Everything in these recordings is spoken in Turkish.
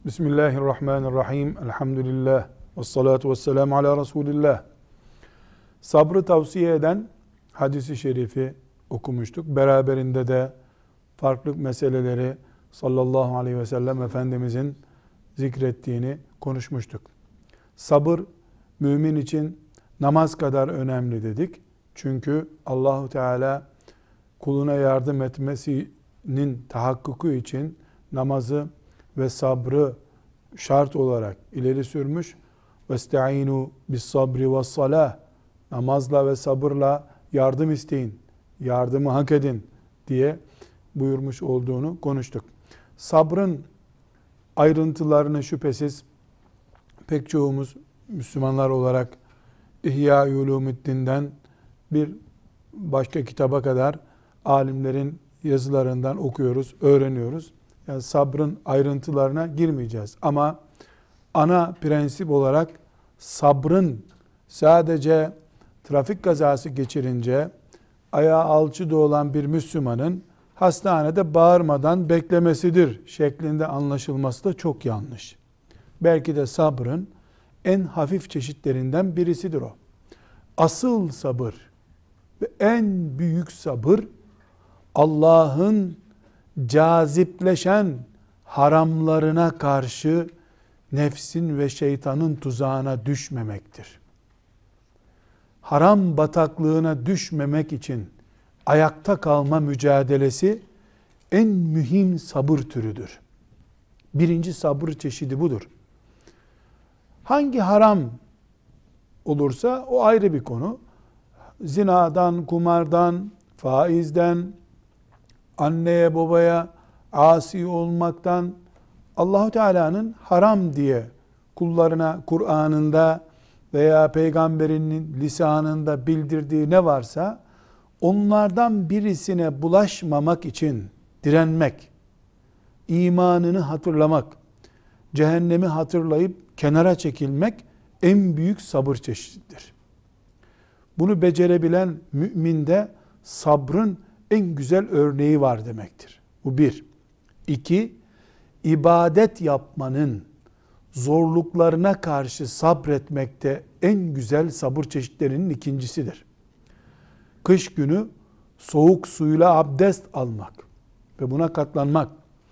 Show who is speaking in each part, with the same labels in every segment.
Speaker 1: Bismillahirrahmanirrahim. Elhamdülillah. Vessalatu vesselamu ala Resulillah. Sabrı tavsiye eden hadisi şerifi okumuştuk. Beraberinde de farklı meseleleri sallallahu aleyhi ve sellem Efendimizin zikrettiğini konuşmuştuk. Sabır mümin için namaz kadar önemli dedik. Çünkü Allahu Teala kuluna yardım etmesinin tahakkuku için namazı ve sabrı şart olarak ileri sürmüş. وَاسْتَعِينُوا بِالصَّبْرِ وَالصَّلَاةِ Namazla ve sabırla yardım isteyin, yardımı hak edin diye buyurmuş olduğunu konuştuk. Sabrın ayrıntılarını şüphesiz pek çoğumuz Müslümanlar olarak İhya-i Ulumuddin'den bir başka kitaba kadar alimlerin yazılarından okuyoruz, öğreniyoruz. Yani sabrın ayrıntılarına girmeyeceğiz. Ama ana prensip olarak sabrın sadece trafik kazası geçirince ayağı alçıda olan bir Müslümanın hastanede bağırmadan beklemesidir şeklinde anlaşılması da çok yanlış. Belki de sabrın en hafif çeşitlerinden birisidir o. Asıl sabır ve en büyük sabır Allah'ın cazipleşen haramlarına karşı nefsin ve şeytanın tuzağına düşmemektir. Haram bataklığına düşmemek için ayakta kalma mücadelesi en mühim sabır türüdür. Birinci sabır çeşidi budur. Hangi haram olursa o ayrı bir konu. Zinadan, kumardan, faizden, anneye babaya asi olmaktan, Allah-u Teala'nın haram diye kullarına Kur'an'ında veya peygamberinin lisanında bildirdiği ne varsa onlardan birisine bulaşmamak için direnmek, imanını hatırlamak, cehennemi hatırlayıp kenara çekilmek en büyük sabır çeşididir. Bunu becerebilen müminde sabrın en güzel örneği var demektir. Bu bir. İki, ibadet yapmanın zorluklarına karşı sabretmekte en güzel sabır çeşitlerinin ikincisidir. Kış günü soğuk suyla abdest almak ve buna katlanmak,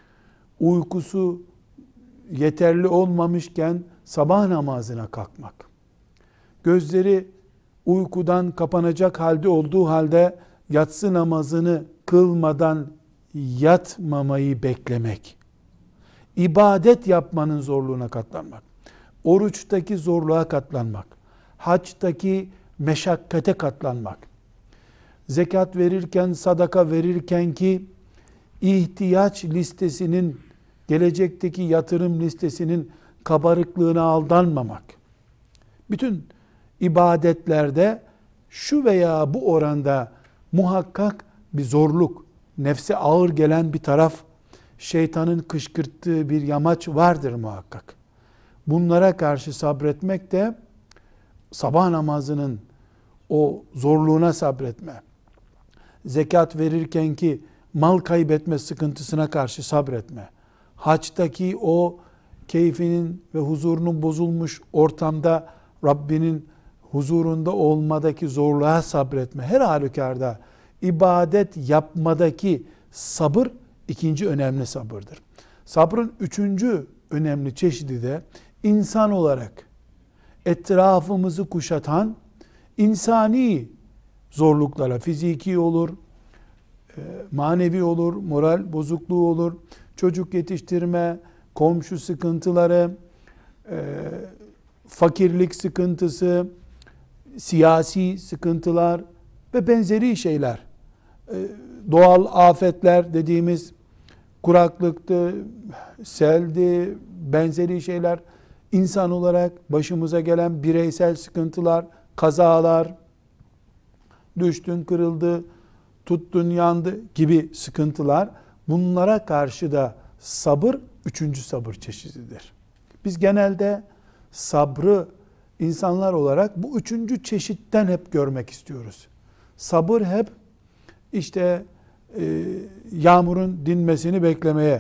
Speaker 1: uykusu yeterli olmamışken sabah namazına kalkmak, gözleri uykudan kapanacak halde olduğu halde yatsı namazını kılmadan yatmamayı beklemek, ibadet yapmanın zorluğuna katlanmak, oruçtaki zorluğa katlanmak, haçtaki meşakkate katlanmak, zekat verirken, sadaka verirken ki ihtiyaç listesinin, gelecekteki yatırım listesinin kabarıklığına aldanmamak, bütün ibadetlerde şu veya bu oranda muhakkak bir zorluk, nefse ağır gelen bir taraf, şeytanın kışkırttığı bir yamaç vardır muhakkak. Bunlara karşı sabretmek de sabah namazının o zorluğuna sabretme, zekat verirken ki mal kaybetme sıkıntısına karşı sabretme, haçtaki o keyfinin ve huzurunun bozulmuş ortamda Rabbinin huzurunda olmadaki zorluğa sabretme. Her halükarda ibadet yapmadaki sabır ikinci önemli sabırdır. Sabrın üçüncü önemli çeşidi de insan olarak etrafımızı kuşatan insani zorluklara, fiziki olur, manevi olur, moral bozukluğu olur, çocuk yetiştirme, komşu sıkıntıları, fakirlik sıkıntısı, siyasi sıkıntılar ve benzeri şeyler, doğal afetler dediğimiz kuraklıktı, seldi, benzeri şeyler, insan olarak başımıza gelen bireysel sıkıntılar, kazalar, düştün kırıldı, tuttun yandı gibi sıkıntılar, bunlara karşı da sabır üçüncü sabır çeşididir. Biz genelde sabrı insanlar olarak bu üçüncü çeşitten hep görmek istiyoruz. Sabır hep işte yağmurun dinmesini beklemeye,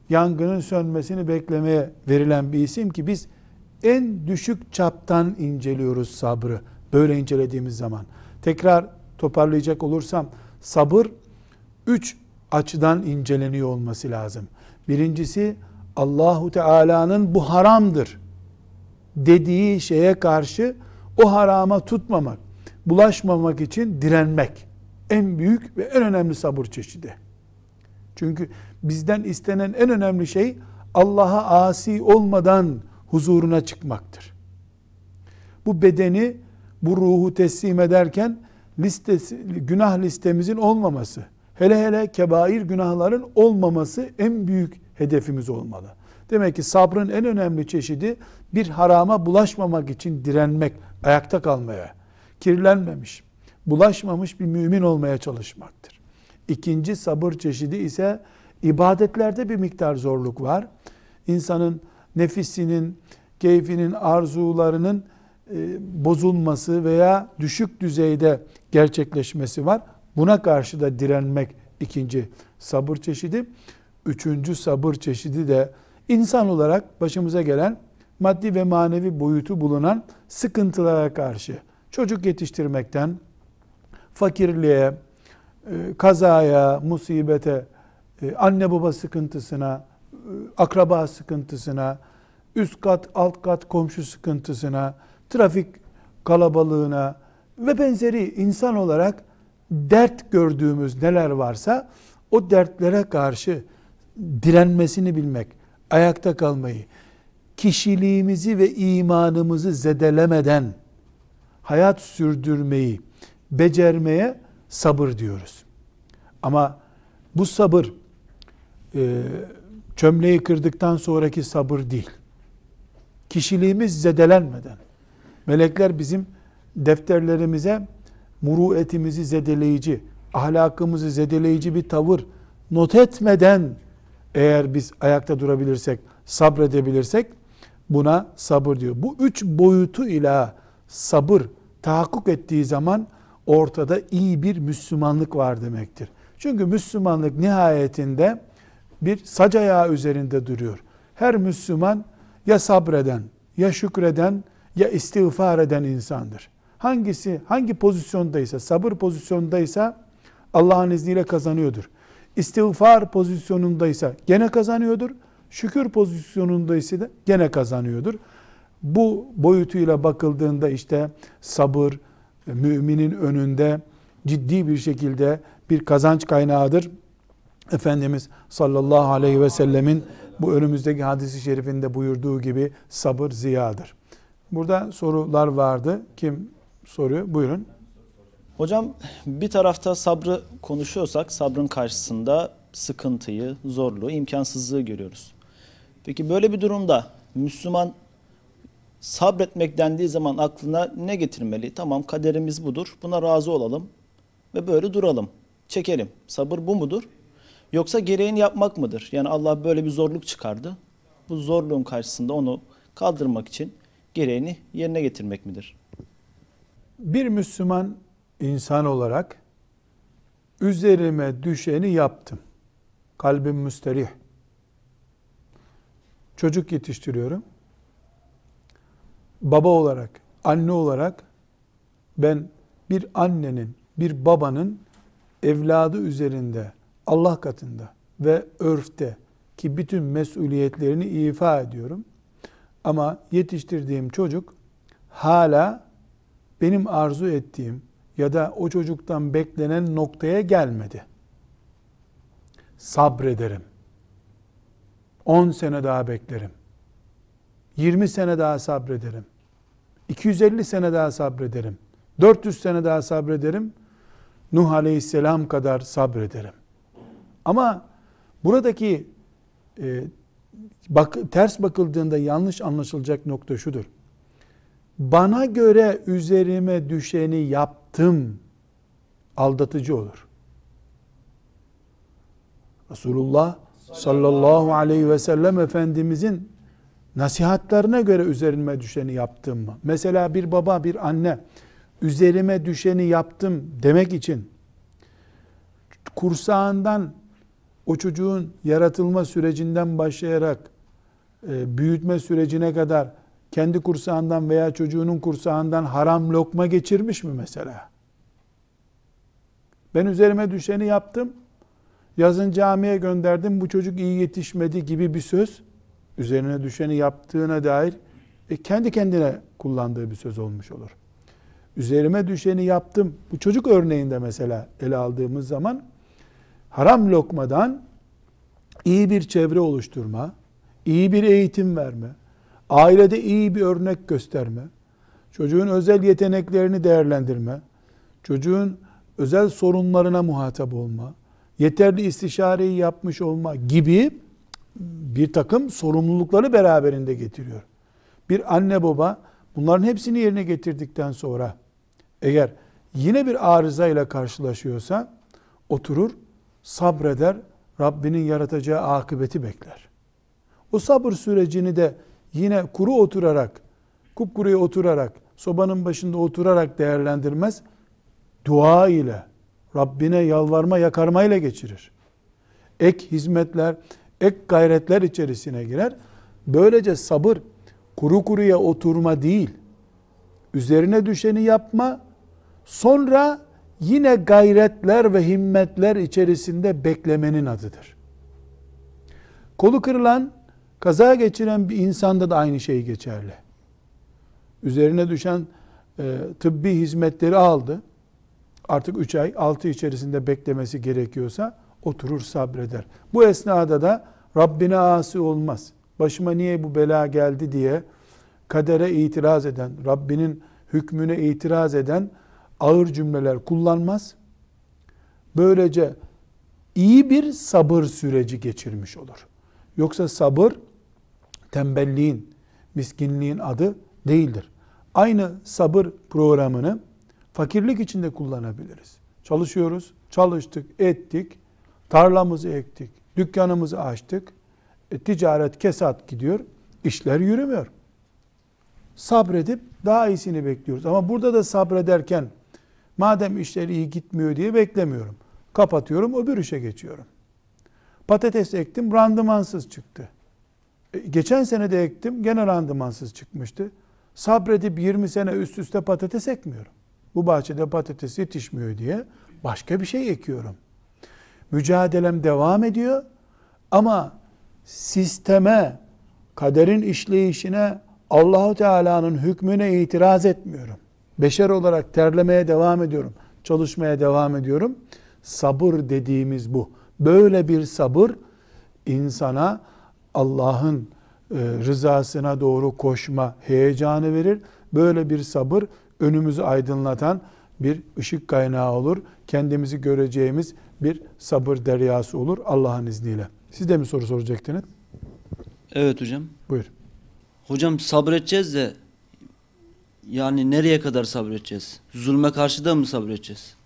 Speaker 1: yangının sönmesini beklemeye verilen bir isim ki biz en düşük çaptan inceliyoruz sabrı. Böyle incelediğimiz zaman. Tekrar toparlayacak olursam sabır 3 açıdan inceleniyor olması lazım. Birincisi Allahu Teala'nın bu haramdır dediği şeye karşı o harama tutmamak, bulaşmamak için direnmek. En büyük ve en önemli sabır çeşidi. Çünkü bizden istenen en önemli şey Allah'a asi olmadan huzuruna çıkmaktır. Bu bedeni, bu ruhu teslim ederken günah listemizin olmaması, hele hele kebair günahların olmaması en büyük hedefimiz olmalı. Demek ki sabrın en önemli çeşidi bir harama bulaşmamak için direnmek, ayakta kalmaya, kirlenmemiş, bulaşmamış bir mümin olmaya çalışmaktır. İkinci sabır çeşidi ise ibadetlerde bir miktar zorluk var. İnsanın nefisinin, keyfinin, arzularının bozulması veya düşük düzeyde gerçekleşmesi var. Buna karşı da direnmek ikinci sabır çeşidi. Üçüncü sabır çeşidi de insan olarak başımıza gelen maddi ve manevi boyutu bulunan sıkıntılara karşı, çocuk yetiştirmekten fakirliğe, kazaya, musibete, anne baba sıkıntısına, akraba sıkıntısına, üst kat, alt kat komşu sıkıntısına, trafik kalabalığına ve benzeri insan olarak dert gördüğümüz neler varsa o dertlere karşı direnmesini bilmek, ayakta kalmayı, kişiliğimizi ve imanımızı zedelemeden hayat sürdürmeyi becermeye sabır diyoruz. Ama bu sabır çömleği kırdıktan sonraki sabır değil. Kişiliğimiz zedelenmeden, melekler bizim defterlerimize muruetimizi zedeleyici, ahlakımızı zedeleyici bir tavır not etmeden eğer biz ayakta durabilirsek, sabredebilirsek buna sabır diyor. Bu üç boyutu ile sabır tahakkuk ettiği zaman ortada iyi bir Müslümanlık var demektir. Çünkü Müslümanlık nihayetinde bir sac ayağı üzerinde duruyor. Her Müslüman ya sabreden, ya şükreden, ya istiğfar eden insandır. Hangi pozisyondaysa, sabır pozisyondaysa Allah'ın izniyle kazanıyordur. İstiğfar pozisyonundaysa gene kazanıyordur. Şükür pozisyonundaysa da gene kazanıyordur. Bu boyutuyla bakıldığında işte sabır müminin önünde ciddi bir şekilde bir kazanç kaynağıdır. Efendimiz sallallahu aleyhi ve sellemin bu önümüzdeki hadisi şerifinde buyurduğu gibi sabır ziyadır. Burada sorular vardı. Kim soruyor? Buyurun.
Speaker 2: Hocam bir tarafta sabrı konuşuyorsak sabrın karşısında sıkıntıyı, zorluğu, imkansızlığı görüyoruz. Peki böyle bir durumda Müslüman sabretmek dendiği zaman aklına ne getirmeli? Tamam, kaderimiz budur, buna razı olalım ve böyle duralım, çekelim. Sabır bu mudur? Yoksa gereğini yapmak mıdır? Yani Allah böyle bir zorluk çıkardı. Bu zorluğun karşısında onu kaldırmak için gereğini yerine getirmek midir?
Speaker 1: Bir Müslüman insan olarak üzerime düşeni yaptım. Kalbim müsterih. Çocuk yetiştiriyorum. Baba olarak, anne olarak ben bir annenin, bir babanın evladı üzerinde Allah katında ve örfte ki bütün mesuliyetlerini ifa ediyorum. Ama yetiştirdiğim çocuk hala benim arzu ettiğim ya da o çocuktan beklenen noktaya gelmedi. Sabrederim. 10 sene daha beklerim. 20 sene daha sabrederim. 250 sene daha sabrederim. 400 sene daha sabrederim. Nuh Aleyhisselam kadar sabrederim. Ama buradaki ters bakıldığında yanlış anlaşılacak nokta şudur. Bana göre üzerime düşeni yaptım aldatıcı olur. Resulullah sallallahu aleyhi ve sellem Efendimizin nasihatlerine göre üzerime düşeni yaptım mı? Mesela bir baba, bir anne üzerime düşeni yaptım demek için kursağından o çocuğun yaratılma sürecinden başlayarak büyütme sürecine kadar kendi kursağından veya çocuğunun kursağından haram lokma geçirmiş mi mesela? Ben üzerime düşeni yaptım, yazın camiye gönderdim, bu çocuk iyi yetişmedi gibi bir söz, üzerine düşeni yaptığına dair kendi kendine kullandığı bir söz olmuş olur. Üzerime düşeni yaptım, bu çocuk örneğinde mesela ele aldığımız zaman, haram lokmadan iyi bir çevre oluşturma, iyi bir eğitim verme, ailede iyi bir örnek gösterme, çocuğun özel yeteneklerini değerlendirme, çocuğun özel sorunlarına muhatap olma, yeterli istişareyi yapmış olma gibi bir takım sorumlulukları beraberinde getiriyor. Bir anne baba bunların hepsini yerine getirdikten sonra eğer yine bir arızayla karşılaşıyorsa oturur, sabreder, Rabbinin yaratacağı akıbeti bekler. O sabır sürecini de yine kuru oturarak, kupkuruya oturarak, sobanın başında oturarak değerlendirmez, dua ile, Rabbine yalvarma, yakarmayla geçirir. Ek hizmetler, ek gayretler içerisine girer. Böylece sabır, kuru kuruya oturma değil, üzerine düşeni yapma, sonra yine gayretler ve himmetler içerisinde beklemenin adıdır. Kolu kırılan, kaza geçiren bir insanda da aynı şey geçerli. Üzerine düşen tıbbi hizmetleri aldı. Artık 3 ay, 6 içerisinde beklemesi gerekiyorsa oturur sabreder. Bu esnada da Rabbine asi olmaz. Başıma niye bu bela geldi diye kadere itiraz eden, Rabbinin hükmüne itiraz eden ağır cümleler kullanmaz. Böylece iyi bir sabır süreci geçirmiş olur. Yoksa sabır tembelliğin, miskinliğin adı değildir. Aynı sabır programını fakirlik içinde kullanabiliriz. Çalışıyoruz, çalıştık, ettik, tarlamızı ektik, dükkanımızı açtık, ticaret kesat gidiyor, işler yürümüyor. Sabredip daha iyisini bekliyoruz. Ama burada da sabrederken madem işler iyi gitmiyor diye beklemiyorum. Kapatıyorum, öbür işe geçiyorum. Patates ektim, randımansız çıktı. Geçen sene de ektim, gene randımansız çıkmıştı. Sabredip 20 sene üst üste patates ekmiyorum. Bu bahçede patates yetişmiyor diye başka bir şey ekiyorum. Mücadelem devam ediyor ama sisteme, kaderin işleyişine, Allah-u Teala'nın hükmüne itiraz etmiyorum. Beşer olarak terlemeye devam ediyorum, çalışmaya devam ediyorum. Sabır dediğimiz bu. Böyle bir sabır insana Allah'ın rızasına doğru koşma heyecanı verir. Böyle bir sabır önümüzü aydınlatan bir ışık kaynağı olur. Kendimizi göreceğimiz bir sabır deryası olur Allah'ın izniyle. Siz de mi soru soracaktınız?
Speaker 3: Evet hocam.
Speaker 1: Buyur.
Speaker 3: Hocam sabredeceğiz de yani nereye kadar sabredeceğiz? Zulme karşı da mı sabredeceğiz?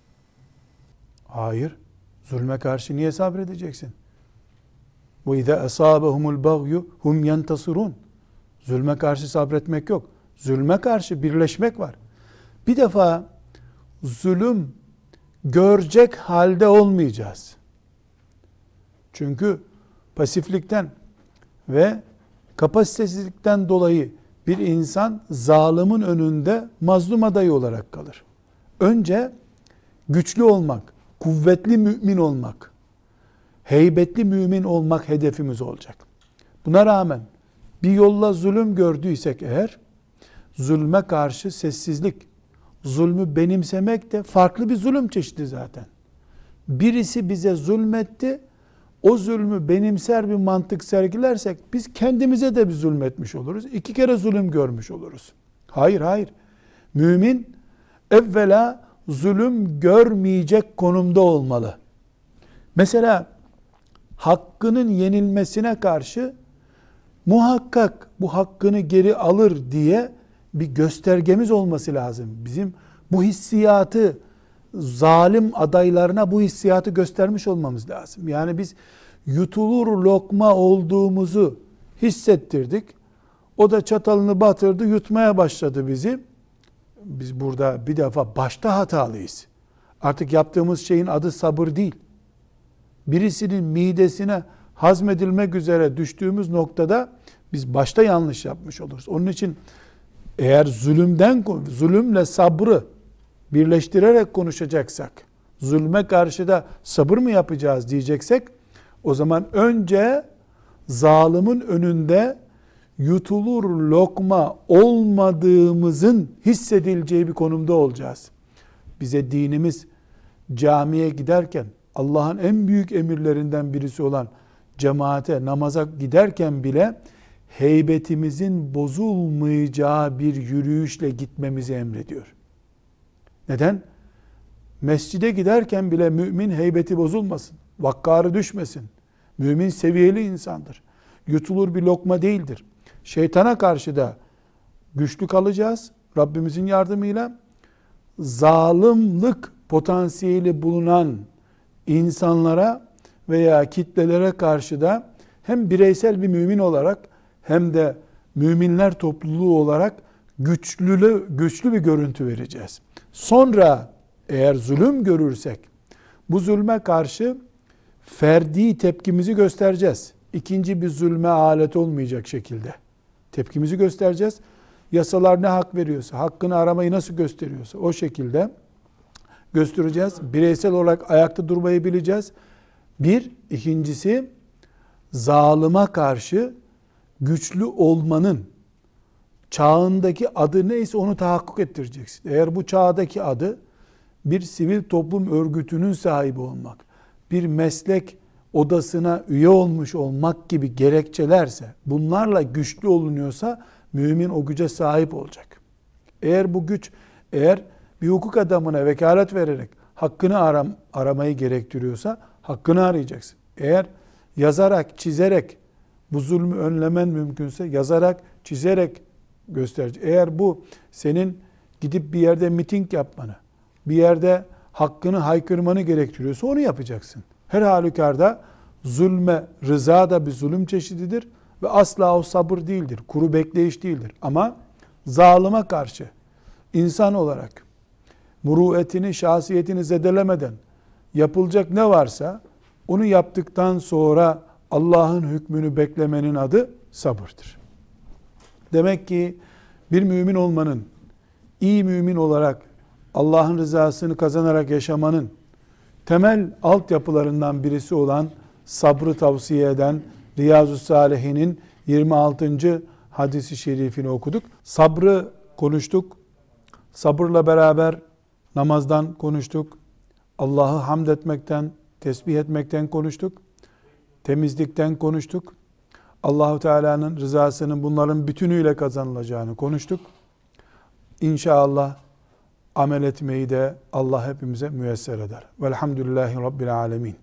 Speaker 1: Hayır. Zulme karşı niye sabredeceksin? وَاِذَا أَصَابَهُمُ الْبَغْيُ هُمْ يَنْتَصِرُونَ. Zulme karşı sabretmek yok. Zulme karşı birleşmek var. Bir defa zulüm görecek halde olmayacağız. Çünkü pasiflikten ve kapasitesizlikten dolayı bir insan zalimin önünde mazlum adayı olarak kalır. Önce güçlü olmak, kuvvetli mümin olmak, heybetli mümin olmak hedefimiz olacak. Buna rağmen bir yolla zulüm gördüysek eğer, zulme karşı sessizlik, zulmü benimsemek de farklı bir zulüm çeşidi zaten. Birisi bize zulmetti, o zulmü benimser bir mantık sergilersek biz kendimize de bir zulmetmiş oluruz. 2 kere zulüm görmüş oluruz. Hayır. Mümin evvela zulüm görmeyecek konumda olmalı. Mesela hakkının yenilmesine karşı muhakkak bu hakkını geri alır diye bir göstergemiz olması lazım. Bizim bu hissiyatı, zalim adaylarına bu hissiyatı göstermiş olmamız lazım. Yani biz yutulur lokma olduğumuzu hissettirdik. O da çatalını batırdı, yutmaya başladı bizi. Biz burada bir defa başta hatalıyız. Artık yaptığımız şeyin adı sabır değil. birisinin midesine hazmedilmek üzere düştüğümüz noktada biz başta yanlış yapmış oluruz. Onun için eğer zulümle sabrı birleştirerek konuşacaksak, zulme karşı da sabır mı yapacağız diyeceksek, o zaman önce zalimin önünde yutulur lokma olmadığımızın hissedileceği bir konumda olacağız. Bize dinimiz camiye giderken, Allah'ın en büyük emirlerinden birisi olan cemaate, namaza giderken bile heybetimizin bozulmayacağı bir yürüyüşle gitmemizi emrediyor. Neden? Mescide giderken bile mümin heybeti bozulmasın, vakkarı düşmesin. Mümin seviyeli insandır. Yutulur bir lokma değildir. Şeytana karşı da güçlü kalacağız Rabbimizin yardımıyla. Zalimlik potansiyeli bulunan insanlara veya kitlelere karşı da hem bireysel bir mümin olarak hem de müminler topluluğu olarak güçlü bir görüntü vereceğiz. Sonra eğer zulüm görürsek bu zulme karşı ferdi tepkimizi göstereceğiz. İkinci bir zulme alet olmayacak şekilde tepkimizi göstereceğiz. Yasalar ne hak veriyorsa, hakkını aramayı nasıl gösteriyorsa o şekilde göstereceğiz. Bireysel olarak ayakta durmayı bileceğiz. İkincisi zalıma karşı güçlü olmanın çağındaki adı neyse onu tahakkuk ettireceksin. Eğer bu çağdaki adı bir sivil toplum örgütünün sahibi olmak, bir meslek odasına üye olmuş olmak gibi gerekçelerse, bunlarla güçlü olunuyorsa mümin o güce sahip olacak. Eğer bu güç, bir hukuk adamına vekalet vererek hakkını aramayı gerektiriyorsa hakkını arayacaksın. Eğer yazarak, çizerek bu zulmü önlemen mümkünse yazarak, çizerek gösterecek. Eğer bu senin gidip bir yerde miting yapmanı, bir yerde hakkını haykırmanı gerektiriyorsa onu yapacaksın. Her halükarda zulme rıza da bir zulüm çeşididir ve asla o sabır değildir, kuru bekleyiş değildir. Ama zalıma karşı insan olarak muruetini, şahsiyetini zedelemeden yapılacak ne varsa onu yaptıktan sonra Allah'ın hükmünü beklemenin adı sabırdır. Demek ki bir mümin olmanın, iyi mümin olarak Allah'ın rızasını kazanarak yaşamanın temel altyapılarından birisi olan sabrı tavsiye eden Riyazu Salihin'in 26. hadisi şerifini okuduk. Sabrı konuştuk. Sabırla beraber namazdan konuştuk. Allah'ı hamd etmekten, tesbih etmekten konuştuk. Temizlikten konuştuk. Allahu Teala'nın rızasının bunların bütünüyle kazanılacağını konuştuk. İnşallah amel etmeyi de Allah hepimize müyesser eder. Velhamdülillahi Rabbil alemin.